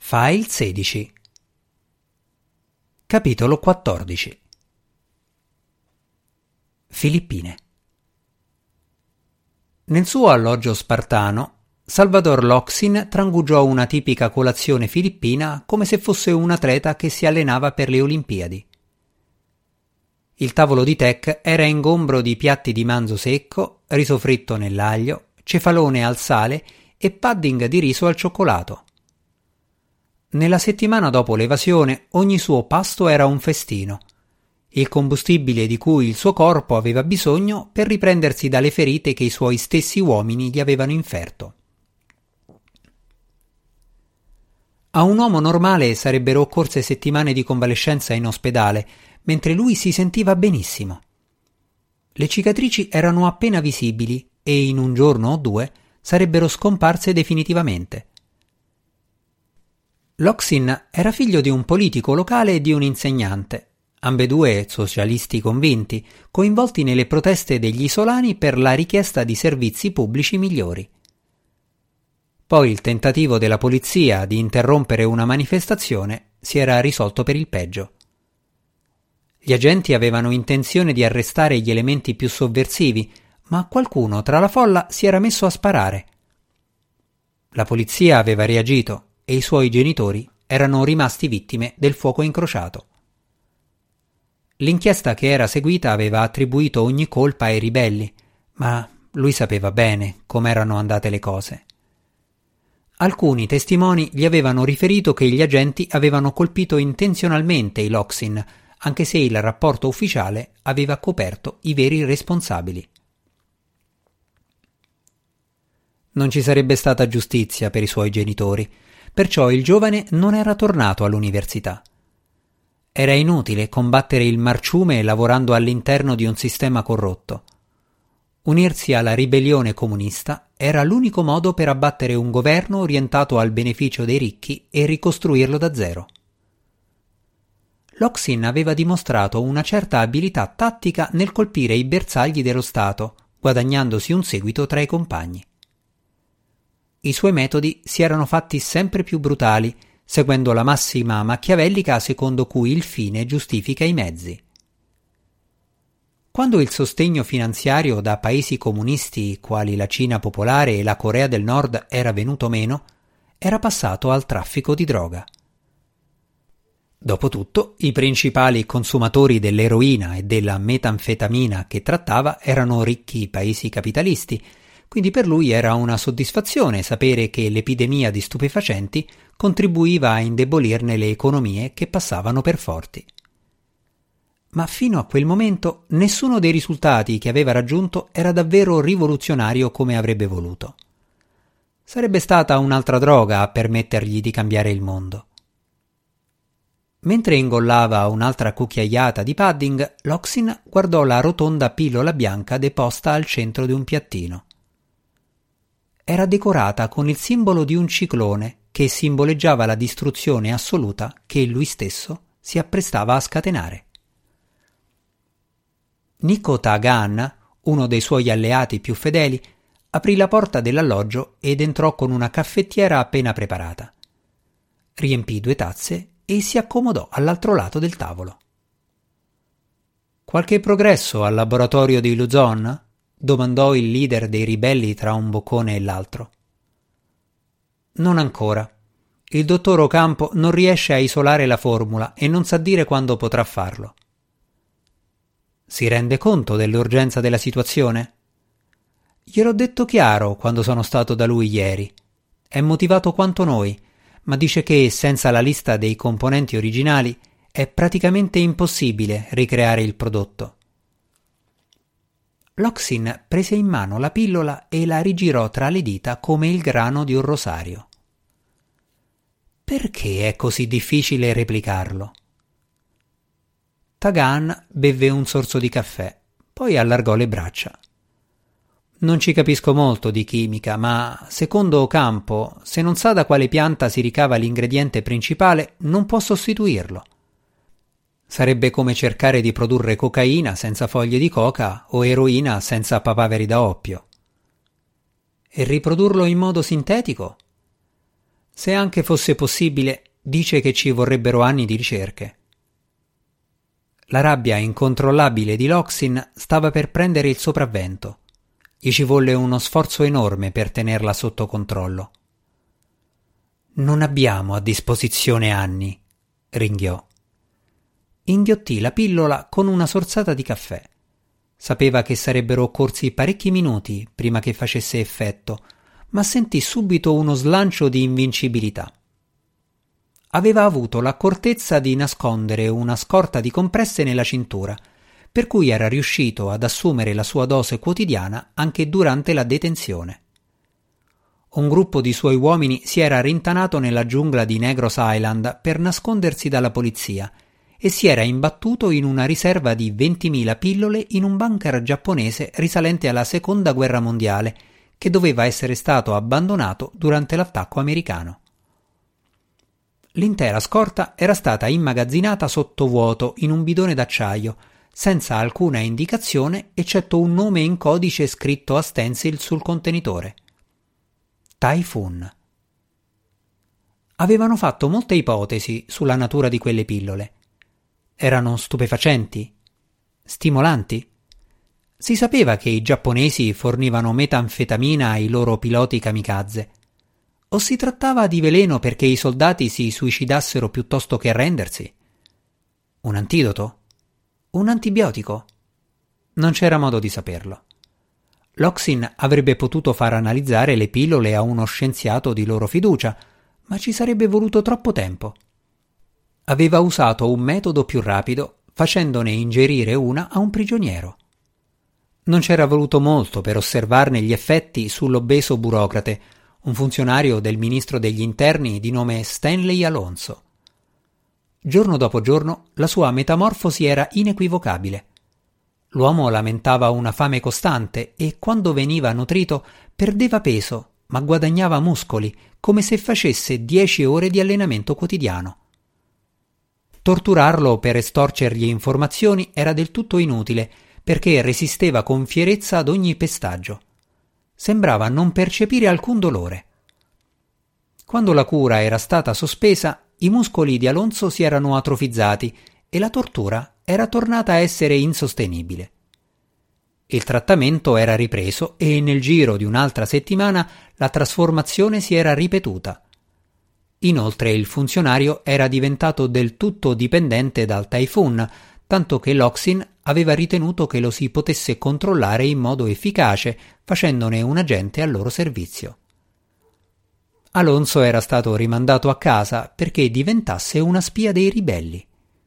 File 16. Capitolo 14. Filippine. Nel suo alloggio spartano, Salvador Loxin trangugiò una tipica colazione filippina come se fosse un atleta che si allenava per le Olimpiadi. Il tavolo di tech era ingombro di piatti di manzo secco, riso fritto nell'aglio, cefalone al sale e pudding di riso al cioccolato. Nella settimana dopo l'evasione ogni suo pasto era un festino, il combustibile di cui il suo corpo aveva bisogno per riprendersi dalle ferite che i suoi stessi uomini gli avevano inferto. A un uomo normale sarebbero occorse settimane di convalescenza in ospedale, mentre lui si sentiva benissimo. Le cicatrici erano appena visibili e in un giorno o due sarebbero scomparse definitivamente. Loxin era figlio di un politico locale e di un insegnante, ambedue socialisti convinti, coinvolti nelle proteste degli isolani per la richiesta di servizi pubblici migliori. Poi il tentativo della polizia di interrompere una manifestazione si era risolto per il peggio. Gli agenti avevano intenzione di arrestare gli elementi più sovversivi, ma qualcuno tra la folla si era messo a sparare. La polizia aveva reagito e i suoi genitori erano rimasti vittime del fuoco incrociato. L'inchiesta che era seguita aveva attribuito ogni colpa ai ribelli, ma lui sapeva bene com'erano andate le cose. Alcuni testimoni gli avevano riferito che gli agenti avevano colpito intenzionalmente i Loxin, anche se il rapporto ufficiale aveva coperto i veri responsabili. Non ci sarebbe stata giustizia per i suoi genitori, perciò il giovane non era tornato all'università. Era inutile combattere il marciume lavorando all'interno di un sistema corrotto. Unirsi alla ribellione comunista era l'unico modo per abbattere un governo orientato al beneficio dei ricchi e ricostruirlo da zero. Loxin aveva dimostrato una certa abilità tattica nel colpire i bersagli dello Stato, guadagnandosi un seguito tra i compagni. I suoi metodi si erano fatti sempre più brutali, seguendo la massima machiavellica secondo cui il fine giustifica i mezzi. Quando il sostegno finanziario da paesi comunisti quali la Cina popolare e la Corea del Nord era venuto meno, era passato al traffico di droga. Dopotutto, i principali consumatori dell'eroina e della metanfetamina che trattava erano ricchi paesi capitalisti, quindi per lui era una soddisfazione sapere che l'epidemia di stupefacenti contribuiva a indebolirne le economie che passavano per forti. Ma fino a quel momento nessuno dei risultati che aveva raggiunto era davvero rivoluzionario come avrebbe voluto. Sarebbe stata un'altra droga a permettergli di cambiare il mondo. Mentre ingollava un'altra cucchiaiata di pudding, Loxin guardò la rotonda pillola bianca deposta al centro di un piattino. Era decorata con il simbolo di un ciclone che simboleggiava la distruzione assoluta che lui stesso si apprestava a scatenare. Nico Tagan, uno dei suoi alleati più fedeli, aprì la porta dell'alloggio ed entrò con una caffettiera appena preparata. Riempì 2 tazze e si accomodò all'altro lato del tavolo. «Qualche progresso al laboratorio di Luzon?» domandò il leader dei ribelli tra un boccone e l'altro. «Non ancora. Il dottor Ocampo non riesce a isolare la formula e non sa dire quando potrà farlo». «Si rende conto dell'urgenza della situazione?» «Gliel'ho detto chiaro quando sono stato da lui ieri. È motivato quanto noi, ma dice che senza la lista dei componenti originali è praticamente impossibile ricreare il prodotto». Loxin prese in mano la pillola e la rigirò tra le dita come il grano di un rosario. Perché è così difficile replicarlo? Tagan bevve un sorso di caffè, poi allargò le braccia. Non ci capisco molto di chimica, ma secondo Ocampo, se non sa da quale pianta si ricava l'ingrediente principale, non può sostituirlo. Sarebbe come cercare di produrre cocaina senza foglie di coca o eroina senza papaveri da oppio. E riprodurlo in modo sintetico? Se anche fosse possibile, dice che ci vorrebbero anni di ricerche. La rabbia incontrollabile di Loxin stava per prendere il sopravvento. Gli ci volle uno sforzo enorme per tenerla sotto controllo. Non abbiamo a disposizione anni, ringhiò. Inghiottì la pillola con una sorsata di caffè. Sapeva che sarebbero occorsi parecchi minuti prima che facesse effetto, ma sentì subito uno slancio di invincibilità. Aveva avuto l'accortezza di nascondere una scorta di compresse nella cintura, per cui era riuscito ad assumere la sua dose quotidiana anche durante la detenzione. Un gruppo di suoi uomini si era rintanato nella giungla di Negros Island per nascondersi dalla polizia e si era imbattuto in una riserva di 20.000 pillole in un bunker giapponese risalente alla Seconda Guerra Mondiale, che doveva essere stato abbandonato durante l'attacco americano. L'intera scorta era stata immagazzinata sottovuoto in un bidone d'acciaio, senza alcuna indicazione eccetto un nome in codice scritto a stencil sul contenitore. Typhoon. Avevano fatto molte ipotesi sulla natura di quelle pillole. Erano stupefacenti? Stimolanti? Si sapeva che i giapponesi fornivano metanfetamina ai loro piloti kamikaze. O si trattava di veleno perché i soldati si suicidassero piuttosto che arrendersi? Un antidoto? Un antibiotico? Non c'era modo di saperlo. Loxin avrebbe potuto far analizzare le pillole a uno scienziato di loro fiducia, ma ci sarebbe voluto troppo tempo. Aveva usato un metodo più rapido, facendone ingerire una a un prigioniero. Non c'era voluto molto per osservarne gli effetti sull'obeso burocrate, un funzionario del ministro degli interni di nome Stanley Alonso. Giorno dopo giorno la sua metamorfosi era inequivocabile. L'uomo lamentava una fame costante e, quando veniva nutrito, perdeva peso, ma guadagnava muscoli, come se facesse 10 ore di allenamento quotidiano. Torturarlo per estorcergli informazioni era del tutto inutile, perché resisteva con fierezza ad ogni pestaggio. Sembrava non percepire alcun dolore. Quando la cura era stata sospesa, i muscoli di Alonso si erano atrofizzati e la tortura era tornata a essere insostenibile. Il trattamento era ripreso e nel giro di un'altra settimana la trasformazione si era ripetuta. Inoltre il funzionario era diventato del tutto dipendente dal Typhoon, tanto che Loxin aveva ritenuto che lo si potesse controllare in modo efficace, facendone un agente al loro servizio. Alonso era stato rimandato a casa perché diventasse una spia dei ribelli.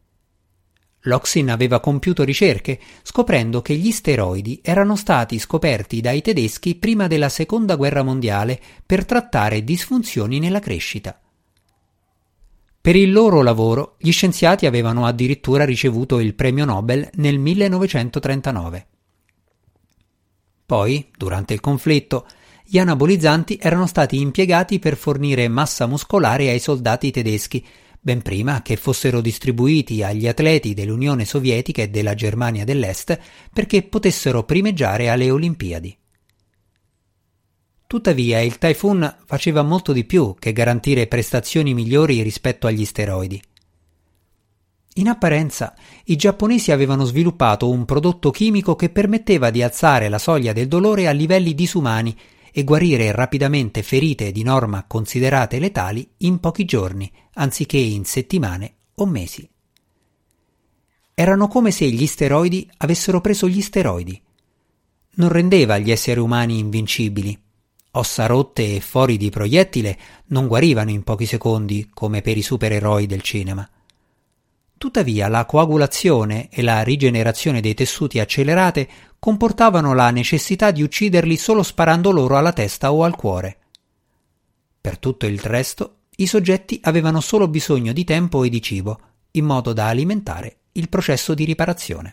Loxin aveva compiuto ricerche, scoprendo che gli steroidi erano stati scoperti dai tedeschi prima della Seconda Guerra Mondiale per trattare disfunzioni nella crescita. Per il loro lavoro, gli scienziati avevano addirittura ricevuto il premio Nobel nel 1939. Poi, durante il conflitto, gli anabolizzanti erano stati impiegati per fornire massa muscolare ai soldati tedeschi, ben prima che fossero distribuiti agli atleti dell'Unione Sovietica e della Germania dell'Est perché potessero primeggiare alle Olimpiadi. Tuttavia il Typhoon faceva molto di più che garantire prestazioni migliori rispetto agli steroidi. In apparenza, i giapponesi avevano sviluppato un prodotto chimico che permetteva di alzare la soglia del dolore a livelli disumani e guarire rapidamente ferite di norma considerate letali in pochi giorni, anziché in settimane o mesi. Erano come se gli steroidi avessero preso gli steroidi. Non rendeva gli esseri umani invincibili. Ossa rotte e fori di proiettile non guarivano in pochi secondi come per i supereroi del cinema. Tuttavia la coagulazione e la rigenerazione dei tessuti accelerate comportavano la necessità di ucciderli solo sparando loro alla testa o al cuore. Per tutto il resto, i soggetti avevano solo bisogno di tempo e di cibo, in modo da alimentare il processo di riparazione.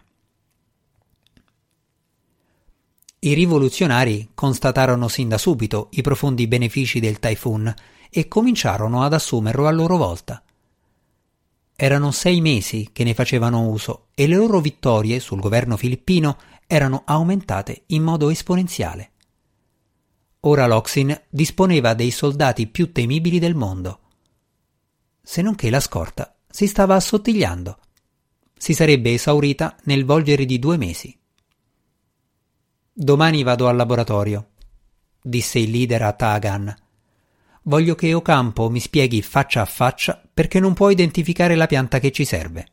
I rivoluzionari constatarono sin da subito i profondi benefici del Typhoon e cominciarono ad assumerlo a loro volta. Erano 6 mesi che ne facevano uso e le loro vittorie sul governo filippino erano aumentate in modo esponenziale. Ora Loxin disponeva dei soldati più temibili del mondo. Se non che la scorta si stava assottigliando. Si sarebbe esaurita nel volgere di 2 mesi. «Domani vado al laboratorio», disse il leader a Taagan. «Voglio che Ocampo mi spieghi faccia a faccia perché non può identificare la pianta che ci serve».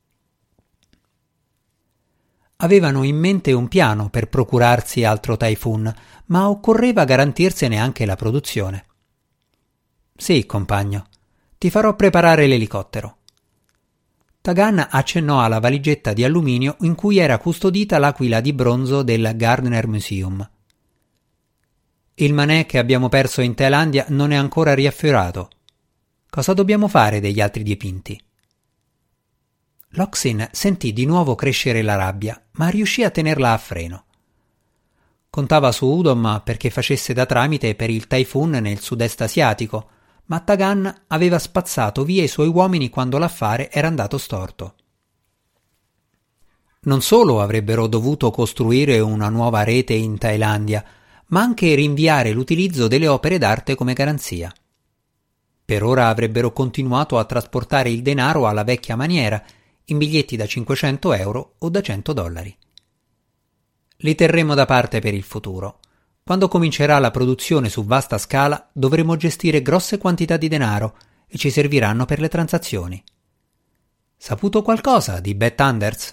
Avevano in mente un piano per procurarsi altro Typhoon, ma occorreva garantirsene anche la produzione. «Sì, compagno, ti farò preparare l'elicottero». Taagan accennò alla valigetta di alluminio in cui era custodita l'aquila di bronzo del Gardner Museum. «Il Manet che abbiamo perso in Thailandia non è ancora riaffiorato. Cosa dobbiamo fare degli altri dipinti?» Loxin sentì di nuovo crescere la rabbia, ma riuscì a tenerla a freno. Contava su Udom perché facesse da tramite per il Typhoon nel sud-est asiatico, ma Taagan aveva spazzato via i suoi uomini quando l'affare era andato storto. Non solo avrebbero dovuto costruire una nuova rete in Thailandia, ma anche rinviare l'utilizzo delle opere d'arte come garanzia. Per ora avrebbero continuato a trasportare il denaro alla vecchia maniera, in biglietti da 500 euro o da $100. Li terremo da parte per il futuro. Quando comincerà la produzione su vasta scala dovremo gestire grosse quantità di denaro e ci serviranno per le transazioni. Saputo qualcosa di Beth Anders?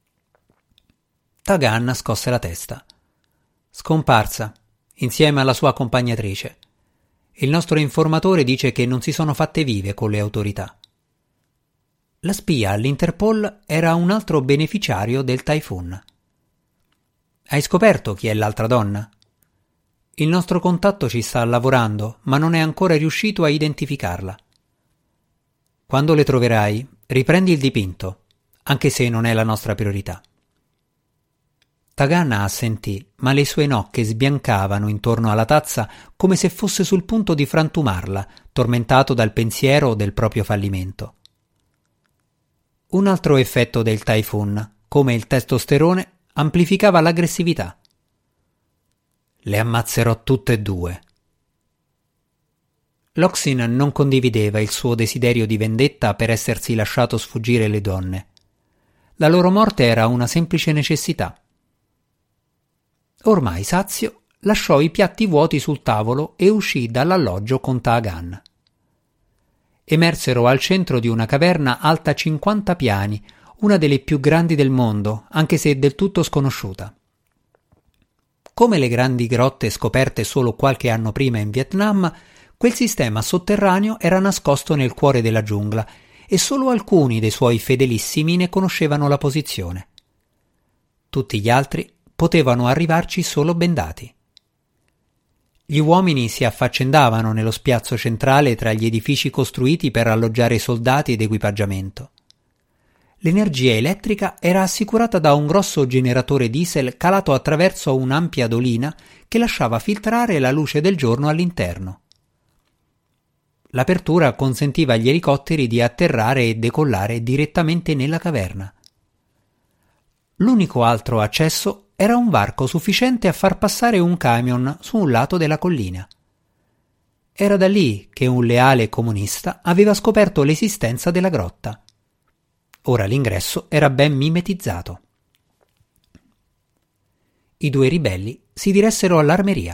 Taagan scosse la testa. Scomparsa, insieme alla sua accompagnatrice. Il nostro informatore dice che non si sono fatte vive con le autorità. La spia all'Interpol era un altro beneficiario del Typhoon. Hai scoperto chi è l'altra donna? Il nostro contatto ci sta lavorando, ma non è ancora riuscito a identificarla. Quando le troverai, riprendi il dipinto, anche se non è la nostra priorità. Taagan assentì, ma le sue nocche sbiancavano intorno alla tazza come se fosse sul punto di frantumarla, tormentato dal pensiero del proprio fallimento. Un altro effetto del Typhoon, come il testosterone, amplificava l'aggressività. Le ammazzerò tutte e 2. Loxin non condivideva il suo desiderio di vendetta per essersi lasciato sfuggire le donne. La loro morte era una semplice necessità. Ormai sazio, lasciò i piatti vuoti sul tavolo e uscì dall'alloggio con Taagan. Emersero al centro di una caverna alta 50 piani, una delle più grandi del mondo, anche se del tutto sconosciuta. Come le grandi grotte scoperte solo qualche anno prima in Vietnam, quel sistema sotterraneo era nascosto nel cuore della giungla e solo alcuni dei suoi fedelissimi ne conoscevano la posizione. Tutti gli altri potevano arrivarci solo bendati. Gli uomini si affaccendavano nello spiazzo centrale tra gli edifici costruiti per alloggiare soldati ed equipaggiamento. L'energia elettrica era assicurata da un grosso generatore diesel calato attraverso un'ampia dolina che lasciava filtrare la luce del giorno all'interno. L'apertura consentiva agli elicotteri di atterrare e decollare direttamente nella caverna. L'unico altro accesso era un varco sufficiente a far passare un camion su un lato della collina. Era da lì che un leale comunista aveva scoperto l'esistenza della grotta. Ora l'ingresso era ben mimetizzato. I 2 ribelli si diressero all'armeria.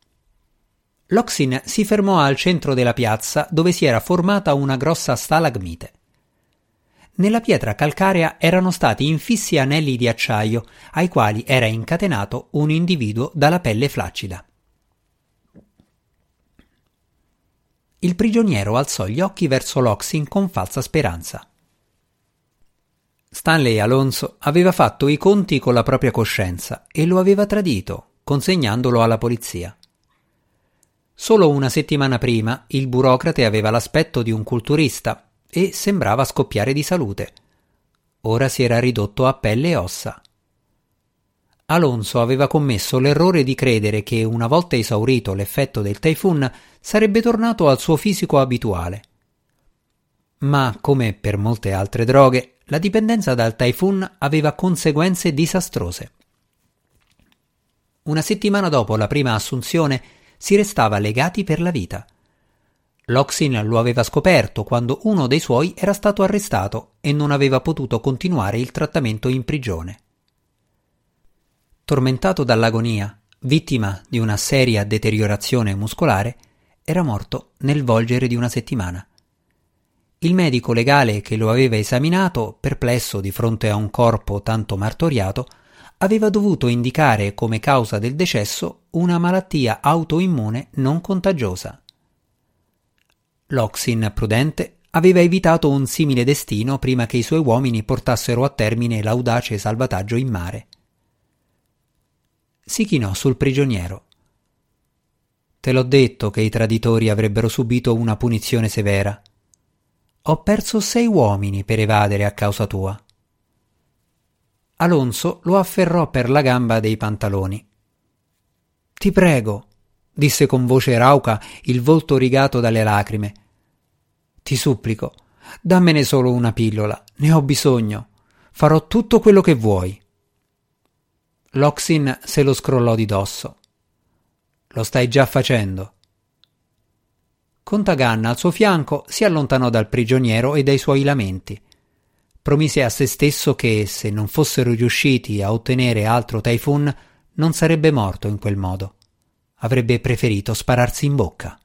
Loxin si fermò al centro della piazza dove si era formata una grossa stalagmite. Nella pietra calcarea erano stati infissi anelli di acciaio ai quali era incatenato un individuo dalla pelle flaccida. Il prigioniero alzò gli occhi verso Loxin con falsa speranza. Stanley Alonso aveva fatto i conti con la propria coscienza e lo aveva tradito, consegnandolo alla polizia. Solo una settimana prima il burocrate aveva l'aspetto di un culturista e sembrava scoppiare di salute. Ora si era ridotto a pelle e ossa. Alonso aveva commesso l'errore di credere che, una volta esaurito l'effetto del Typhoon, sarebbe tornato al suo fisico abituale. Ma, come per molte altre droghe, la dipendenza dal Typhoon aveva conseguenze disastrose. Una settimana dopo la prima assunzione, si restava legati per la vita. Loxin lo aveva scoperto quando uno dei suoi era stato arrestato e non aveva potuto continuare il trattamento in prigione. Tormentato dall'agonia, vittima di una seria deteriorazione muscolare, era morto nel volgere di una settimana. Il medico legale che lo aveva esaminato, perplesso di fronte a un corpo tanto martoriato, aveva dovuto indicare come causa del decesso una malattia autoimmune non contagiosa. Loxin, prudente, aveva evitato un simile destino prima che i suoi uomini portassero a termine l'audace salvataggio in mare. Si chinò sul prigioniero. «Te l'ho detto che i traditori avrebbero subito una punizione severa. Ho perso 6 uomini per evadere a causa tua». Alonso lo afferrò per la gamba dei pantaloni. «Ti prego», disse con voce rauca, il volto rigato dalle lacrime. «Ti supplico, dammene solo una pillola, ne ho bisogno. Farò tutto quello che vuoi». Loxin se lo scrollò di dosso. «Lo stai già facendo». Contaganna al suo fianco si allontanò dal prigioniero e dai suoi lamenti. Promise a se stesso che, se non fossero riusciti a ottenere altro Typhoon, non sarebbe morto in quel modo. Avrebbe preferito spararsi in bocca.